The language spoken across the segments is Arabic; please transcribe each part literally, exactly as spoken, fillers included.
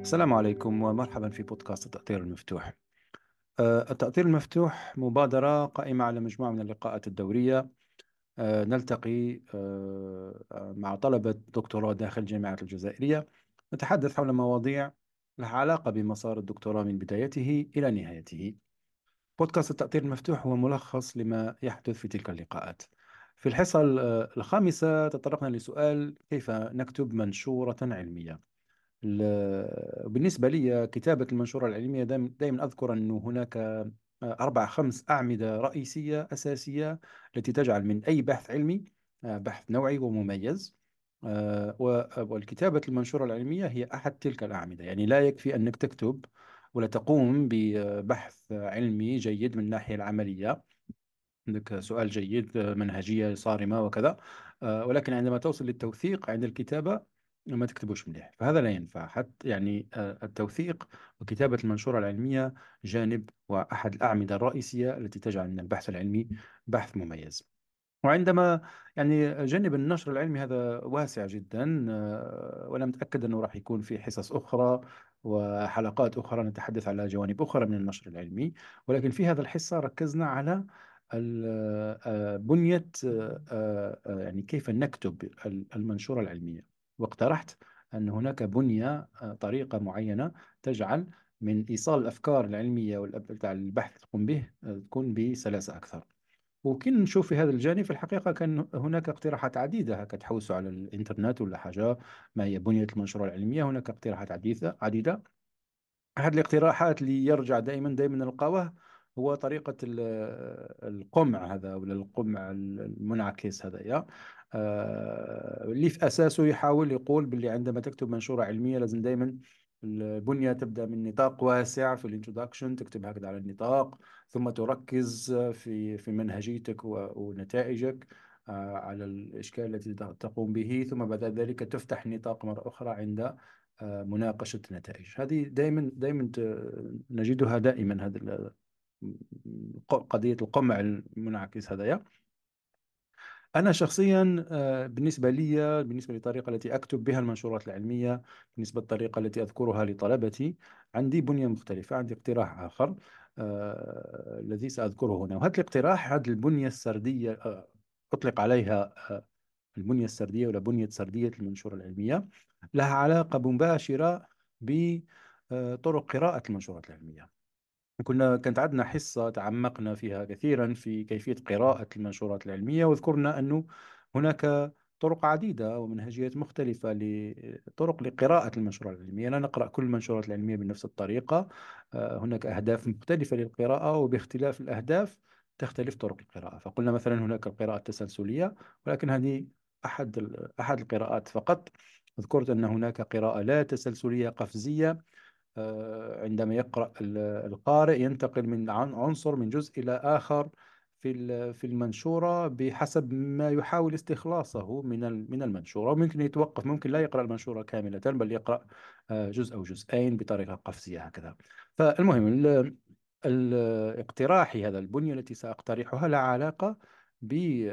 السلام عليكم ومرحبا في بودكاست التأطير المفتوح. آه، التأطير المفتوح مبادرة قائمة على مجموعة من اللقاءات الدورية. آه، نلتقي آه، آه، مع طلبة دكتوراه داخل الجامعات الجزائرية، نتحدث حول مواضيع لها علاقة بمسار الدكتوراه من بدايته إلى نهايته. بودكاست التأطير المفتوح هو ملخص لما يحدث في تلك اللقاءات. في الحصة ال- الخامسة تطرقنا لسؤال: كيف نكتب منشورة علمية؟ ال- بالنسبة لي كتابة المنشورة العلمية دائما أذكر أن هناك أربع خمس أعمدة رئيسية أساسية التي تجعل من أي بحث علمي آه، بحث نوعي ومميز. آه، و- والكتابة المنشورة العلمية هي أحد تلك الأعمدة. يعني لا يكفي أنك تكتب ولا تقوم ببحث علمي جيد من الناحية العملية، عندك سؤال جيد، منهجية صارمة وكذا، آه، ولكن عندما توصل للتوثيق عند الكتابة ما تكتبوش مليح، فهذا لا ينفع. حتى يعني آه، التوثيق وكتابة المنشورة العلمية جانب وأحد الأعمدة الرئيسية التي تجعل من البحث العلمي بحث مميز. وعندما يعني جانب النشر العلمي هذا واسع جدا، آه، وأنا متأكد أنه راح يكون في حصص أخرى وحلقات أخرى نتحدث على جوانب أخرى من النشر العلمي، ولكن في هذا الحصة ركزنا على ال- آه، بنية آه، آه، آه، يعني كيف نكتب ال- المنشورة العلمية. واقترحت أن هناك بنية، آه، طريقة معينة تجعل من إيصال الأفكار العلمية والبحث اللي تقوم به آه، تكون بسلاسة أكثر. وكي نشوف في هذا الجانب في الحقيقة كان هناك اقتراحات عديدة، هكا تحوسوا على الإنترنت ولا حاجة ما هي بنية المنشورة العلمية. هناك اقتراحات عديدة عديدة. أحد الاقتراحات اللي يرجع دائما دائما نلقاوه هو طريقة ال- القمع هذا، ولا القمع المنعكس هذايا، آه، اللي في أساسه يحاول يقول باللي عندما تكتب منشورة علمية لازم دائما البنية تبدأ من نطاق واسع في الانترودكشن، تكتب هكذا على النطاق، ثم تركز في في منهجيتك و- ونتائجك آه، على الإشكال التي تقوم به، ثم بعد ذلك تفتح النطاق مرة أخرى عند آه، مناقشة النتائج. هذه دائما دائما ت- نجدها دائما، هذا ال- قضية القمع المنعكس هذايا. أنا شخصيا آه، بالنسبة لي، بالنسبة للطريقة التي أكتب بها المنشورات العلمية، بالنسبة للطريقة التي أذكرها لطلبتي، عندي بنية مختلفة، عندي اقتراح آخر آه، الذي سأذكره هنا. وهذا الاقتراح، هذه البنية السردية، آه، أطلق عليها آه، البنية السردية ولا بنية سردية المنشورة العلمية، لها علاقة مباشرة بطرق قراءة المنشورات العلمية. كنا كانت عندنا حصة تعمقنا فيها كثيرا في كيفية قراءة المنشورات العلمية، وذكرنا أنه هناك طرق عديدة ومنهجيات مختلفة لطرق لقراءة المنشورات العلمية. لا نقرأ كل المنشورات العلمية بنفس الطريقة. آه، هناك أهداف مختلفة للقراءة، وباختلاف الأهداف تختلف طرق القراءة. فقلنا مثلا هناك القراءة التسلسلية، ولكن هذه أحد ال- أحد القراءات فقط. ذكرت أن هناك قراءة لا تسلسلية قفزية، آه، عندما يقرأ ال- القارئ ينتقل من عن- عنصر من جزء إلى آخر في ال- في المنشورة بحسب ما يحاول استخلاصه من ال- من المنشورة. وممكن يتوقف، ممكن لا يقرأ المنشورة كاملة بل يقرأ آه، جزء أو جزئين بطريقة قفزية هكذا. فالمهم ال- ال- اقتراحي هذا، البنية التي سأقترحها لها علاقة ب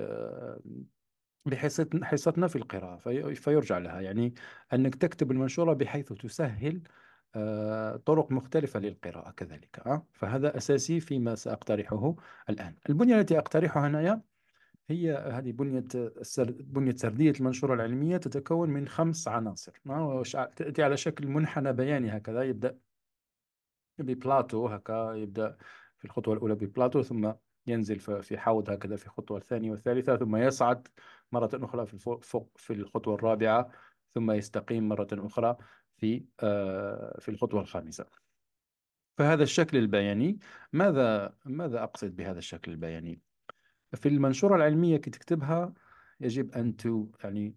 بحصتنا حصتنا في القراءة. في فيرجع لها يعني أنك تكتب المنشورة بحيث تسهل آه، طرق مختلفة للقراءة كذلك. آه. فهذا أساسي فيما سأقترحه الآن. البنية التي أقترحها هنا هي هذه بنية السر... بنية سردية المنشورة العلمية، تتكون من خمس عناصر، آه، وش- تأتي على شكل منحنى بياني هكذا. يبدأ ببلاطو هكا، يبدأ في الخطوة الأولى ببلاطو، ثم ينزل ف- في حوض هكذا في الخطوة الثانية والثالثة، ثم يصعد مرة أخرى في الفوق فوق في الخطوة الرابعة، ثم يستقيم مرة أخرى في آه، في الخطوة الخامسة. فهذا الشكل البياني، ماذا ماذا أقصد بهذا الشكل البياني؟ في المنشورة العلمية كي تكتبها يجب أن تو يعني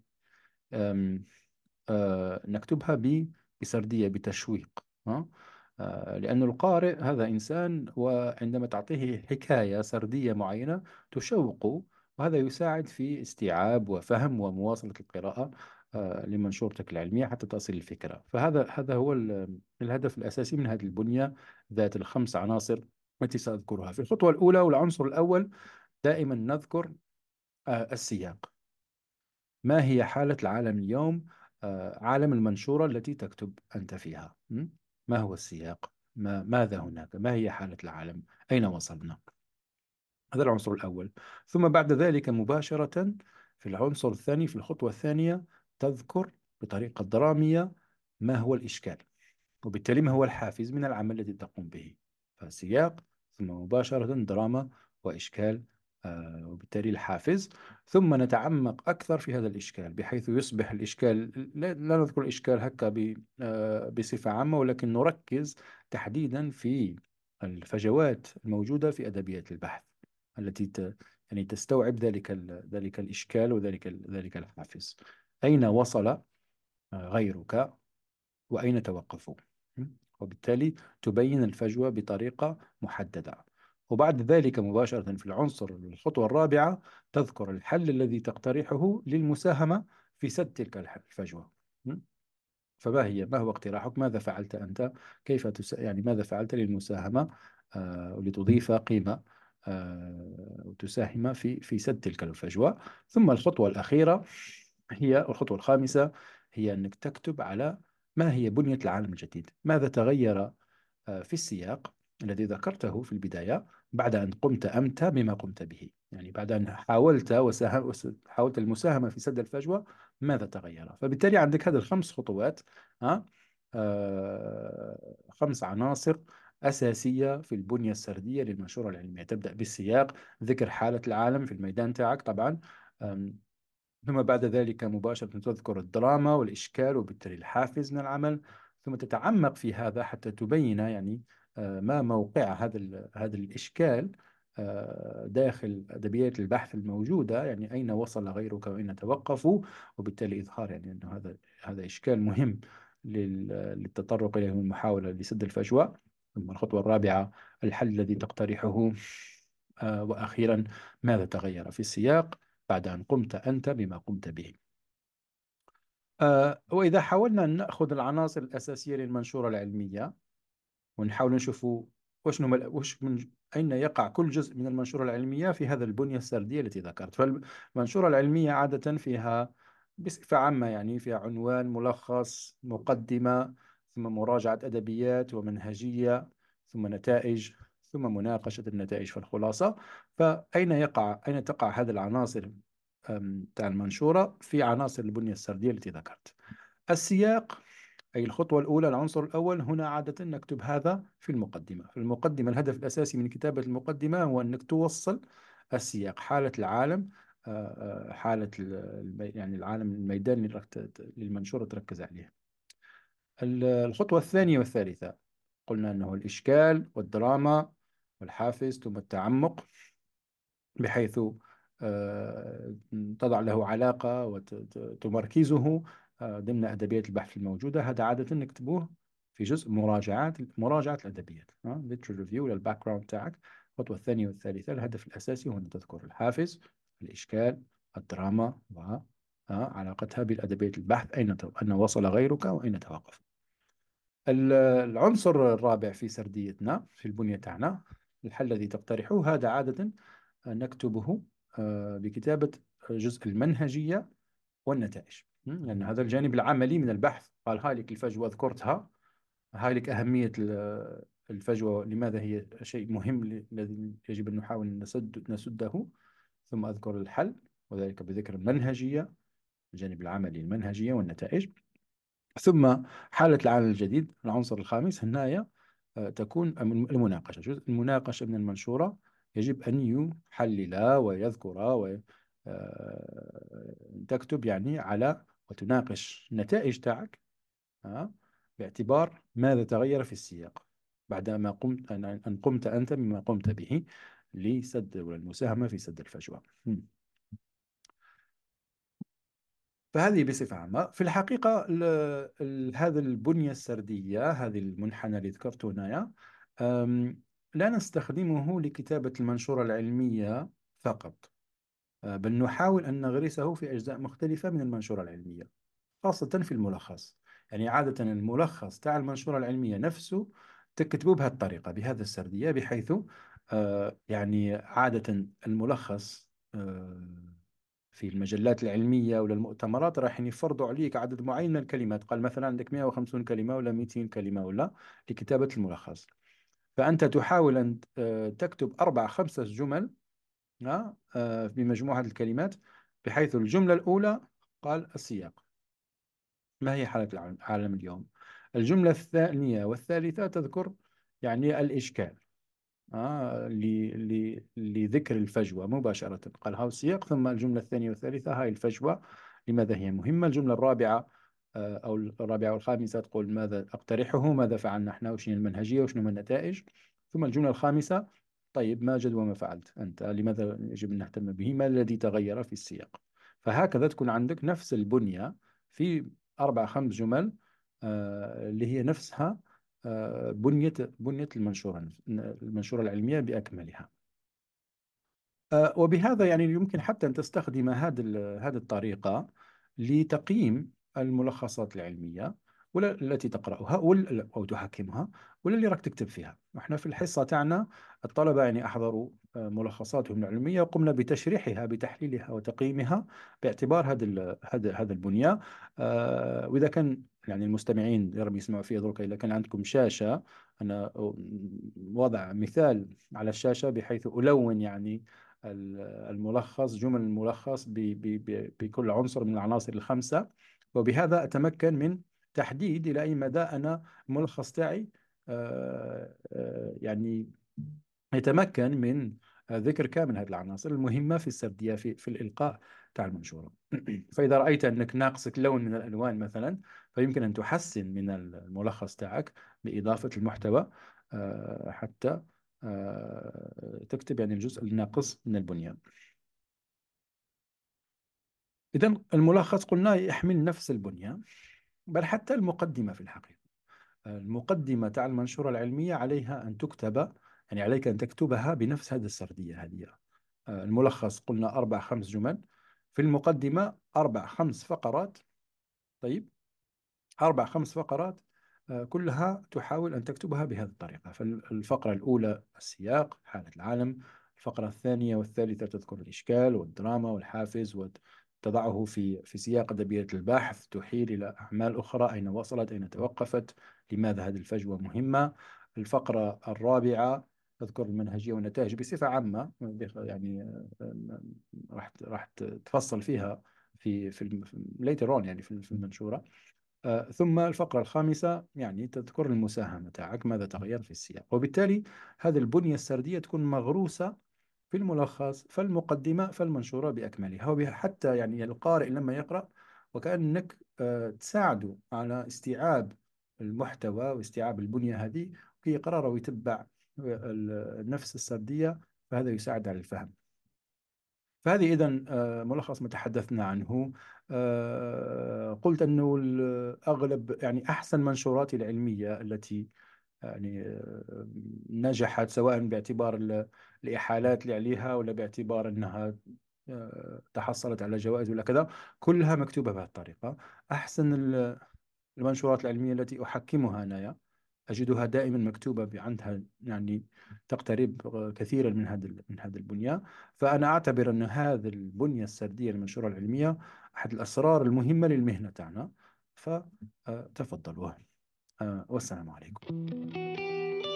آه، نكتبها ب- بسردية، بتشويق. ها؟ آه، لأن القارئ هذا إنسان، وعندما تعطيه حكاية سردية معينة تشوقه، وهذا يساعد في استيعاب وفهم ومواصلة القراءة آه، لمنشورتك العلمية حتى تصل الفكرة. فهذا هذا هو ال- الهدف الأساسي من هذه البنية ذات الخمس عناصر التي سأذكرها. في الخطوة الأولى والعنصر الأول دائما نذكر آه، السياق. ما هي حالة العالم اليوم؟ آه، عالم المنشورة التي تكتب أنت فيها. م? ما هو السياق؟ ما ماذا هناك؟ ما هي حالة العالم؟ أين وصلنا؟ هذا العنصر الأول. ثم بعد ذلك مباشرة في العنصر الثاني، في الخطوة الثانية، تذكر بطريقة درامية ما هو الإشكال، وبالتالي ما هو الحافز من العمل الذي تقوم به. فسياق، ثم مباشرة دراما وإشكال، آه، وبالتالي الحافز. ثم نتعمق أكثر في هذا الإشكال بحيث يصبح الإشكال، لا, لا نذكر الإشكال هكا ب- آه، بصفة عامة، ولكن نركز تحديدا في الفجوات الموجودة في أدبيات البحث التي ت... يعني تستوعب ذلك ال... ذلك الإشكال وذلك ال... ذلك الحافز. أين وصل آه، غيرك وأين توقفوا؟ م? وبالتالي تبين الفجوة بطريقة محددة. وبعد ذلك مباشرة في العنصر الخطوة الرابعة تذكر الحل الذي تقترحه للمساهمة في سد تلك الح- الفجوة. م? فما هي ما هو اقتراحك؟ ماذا فعلت أنت؟ كيف تس... يعني ماذا فعلت للمساهمة آه، لتضيف قيمة آه، وتساهم في في سد تلك الفجوة؟ ثم الخطوة الأخيرة هي الخطوة الخامسة، هي أنك تكتب على ما هي بنية العالم الجديد، ماذا تغير آه، في السياق الذي ذكرته في البداية بعد أن قمت أنت بما قمت به. يعني بعد أن حاولت وساهم وس- حاولت المساهمة في سد الفجوة، ماذا تغير؟ فبالتالي عندك هذه الخمس خطوات، ها آه، خمس عناصر أساسية في البنية السردية للمنشورة العلمية. تبدأ بالسياق، ذكر حالة العالم في الميدان تاعك طبعا. آم، ثم بعد ذلك مباشرة تذكر الدراما والإشكال وبالتالي الحافز من العمل. ثم تتعمق في هذا حتى تبين يعني آه، ما موقع هذا ال- هذا الإشكال آه، داخل أدبيات البحث الموجودة، يعني أين وصل غيرك وأين توقفوا، وبالتالي إظهار يعني أنه هذا هذا إشكال مهم لل- للتطرق إليه المحاولة لسد الفجوة. ثم الخطوة الرابعة الحل الذي تقترحه. آه، وأخيرا ماذا تغير في السياق بعد أن قمت أنت بما قمت به. آه، وإذا حاولنا أن نأخذ العناصر الأساسية للمنشورة العلمية ونحاول نشوفوا وش نمل... وش من أين يقع كل جزء من المنشورة العلمية في هذا البنية السردية التي ذكرت. فالمنشورة العلمية عادة فيها بصفة عامة يعني فيها عنوان، ملخص، مقدمة، ثم مراجعة أدبيات ومنهجية، ثم نتائج، ثم مناقشة النتائج في الخلاصة. فأين يقع أين تقع هذه العناصر أم، تاع المنشورة في عناصر البنية السردية التي ذكرت؟ السياق، أي الخطوة الأولى، العنصر الأول هنا عادة نكتب هذا في المقدمة. في المقدمة الهدف الأساسي من كتابة المقدمة هو أنك توصل السياق، حالة العالم، آه، آه، حالة ال- الم- يعني العالم الميداني اللي رك- للمنشورة تركز عليه. ال- الخطوة الثانية والثالثة قلنا أنه الإشكال والدراما والحافز ثم التعمق، بحيث آه، تضع له علاقة وتمركزه آه، ضمن أدبيات البحث الموجودة. هذا عادة نكتبوه في جزء مراجعات مراجعة الأدبيات، ليترال ريفيو للباك جراوند تاعك. الخطوة الثانية والثالثة الهدف الأساسي هو أن تذكر الحافز، الإشكال، الدراما، وعلاقتها بالأدبيات البحث، أين تو- أين وصل غيرك وأين توقف. ال- العنصر الرابع في سرديتنا في البنية تاعنا، الحل الذي تقترحه، هذا عادة نكتبه آه، بكتابة جزء المنهجية والنتائج. م? لأن هذا الجانب العملي من البحث. قال هاي لك الفجوة ذكرتها، هاي لك أهمية ال- الفجوة، لماذا هي شيء مهم ل- الذي يجب أن نحاول نسد نسده. ثم أذكر الحل، وذلك بذكر المنهجية، الجانب العملي، المنهجية والنتائج. ثم حالة العالم الجديد، العنصر الخامس هنايا آه، تكون المناقشة. جزء المناقشة من المنشورة يجب أن يحلل ويذكر وتكتب يعني على وتناقش النتائج تاعك آه، باعتبار ماذا تغير في السياق بعدما قمت أن أن قمت أنت بما قمت به لسد والمساهمة في سد الفجوة. فهذه بصفة عامة. في الحقيقة ال ال هذا البنية السردية، هذه المنحنى اللي ذكرته هنايا، أم، لا نستخدمه لكتابة المنشورة العلمية فقط، أه، بل نحاول أن نغرسه في أجزاء مختلفة من المنشورة العلمية، خاصة في الملخص. يعني عادة الملخص تاع المنشورة العلمية نفسه تكتبه بهذه بهذا السردية، بحيث أه، يعني عادة الملخص أه، في المجلات العلمية ولا المؤتمرات راح يفرضوا عليك عدد معين من الكلمات. قال مثلا عندك مئة وخمسين كلمة ولا مئتين كلمة ولا لكتابة الملخص. فأنت تحاول أن آه، تكتب أربع خمسة جمل آه، آه، بمجموعة الكلمات، بحيث الجملة الأولى قال السياق، ما هي حالة العالم العالم اليوم. الجملة الثانية والثالثة تذكر يعني الإشكال، آه ل- ل- لذكر الفجوة مباشرة. قال هاو السياق، ثم الجملة الثانية والثالثة هاي الفجوة لماذا هي مهمة. الجملة الرابعة آه أو الرابعة والخامسة تقول ماذا أقترحه، ماذا فعلنا احنا، وشنو المنهجية وشنو من النتائج. ثم الجملة الخامسة طيب ما جد وما فعلت أنت، لماذا يجب أن نهتم به، ما الذي تغير في السياق. فهكذا تكون عندك نفس البنية في أربع خمس جمل، آه اللي هي نفسها آه، بنية بنية المنشورة المنشورة العلمية بأكملها. آه، وبهذا يعني يمكن حتى أن تستخدم هذه ال- هذه الطريقة لتقييم الملخصات العلمية ولا التي تقرأها ولا أو تحكمها ولا اللي راك تكتب فيها. احنا في الحصة تاعنا الطلبة يعني أحضروا آه، ملخصاتهم العلمية، وقمنا بتشريحها بتحليلها وتقييمها باعتبار هذا ال- هذا هذا البنية. آه، وإذا كان يعني المستمعين يا رب يسمعوا فيه درك، إذا كان عندكم شاشة، أنا وضع مثال على الشاشة بحيث ألون يعني الملخص، جمل الملخص ب- ب- ب- بكل عنصر من العناصر الخمسة. وبهذا أتمكن من تحديد إلى أي مدى أنا الملخص تاعي آه، آه، يعني يتمكن من ذكر كامل هذه العناصر المهمة في السردية في, في الإلقاء تاع المنشورة. فإذا رأيت أنك ناقصك لون من الألوان مثلا، فيمكن أن تحسن من الملخص تاعك بإضافة المحتوى آه، حتى آه، تكتب يعني الجزء الناقص من البنيان. إذا الملخص قلنا يحمل نفس البنية، بل حتى المقدمة في الحقيقة. المقدمة تاع المنشورة العلمية عليها أن تكتب، يعني عليك أن تكتبها بنفس هذه السردية هذه. آه، الملخص قلنا أربع خمس جمل، في المقدمة أربع خمس فقرات. طيب أربع خمس فقرات آه، كلها تحاول أن تكتبها بهذه الطريقة. فالفقرة الأولى السياق، حالة العالم. الفقرة الثانية والثالثة تذكر الإشكال والدراما والحافز، وتضعه في في سياق أدبية البحث، تحيل إلى أعمال أخرى، أين وصلت، أين توقفت، لماذا هذه الفجوة مهمة. الفقرة الرابعة تذكر المنهجية والنتائج بصفة عامة، يعني آه، آه، راح راح تفصل فيها في في ليتر اون يعني في في المنشورة. آه، ثم الفقرة الخامسة يعني تذكر المساهمة تاعك، ماذا تغير في السياق. وبالتالي هذه البنية السردية تكون مغروسة في الملخص فالمقدمة فالمنشورة بأكملها، وحتى يعني القارئ لما يقرأ وكأنك آه، تساعده على استيعاب المحتوى واستيعاب البنية هذه، كي يقرأ ويتبع آه، ال- نفس السردية، فهذا يساعد على الفهم. فهذه إذن آه، ملخص ما تحدثنا عنه. آه، قلت أنه الأغلب يعني أحسن منشوراتي العلمية التي يعني آه، نجحت، سواء باعتبار ال- الإحالات اللي عليها ولا باعتبار أنها آه، تحصلت على جوائز ولا كذا، كلها مكتوبة بهذه الطريقة. أحسن ال- المنشورات العلمية التي أحكمها أنا أجدها دائما مكتوبة عندها يعني تقترب كثيرا من هذا من هذا البنية. فأنا أعتبر أن هذه البنية السردية للمنشورة العلمية أحد الأسرار المهمة للمهنة تاعنا. فتفضلوا، آه، والسلام عليكم.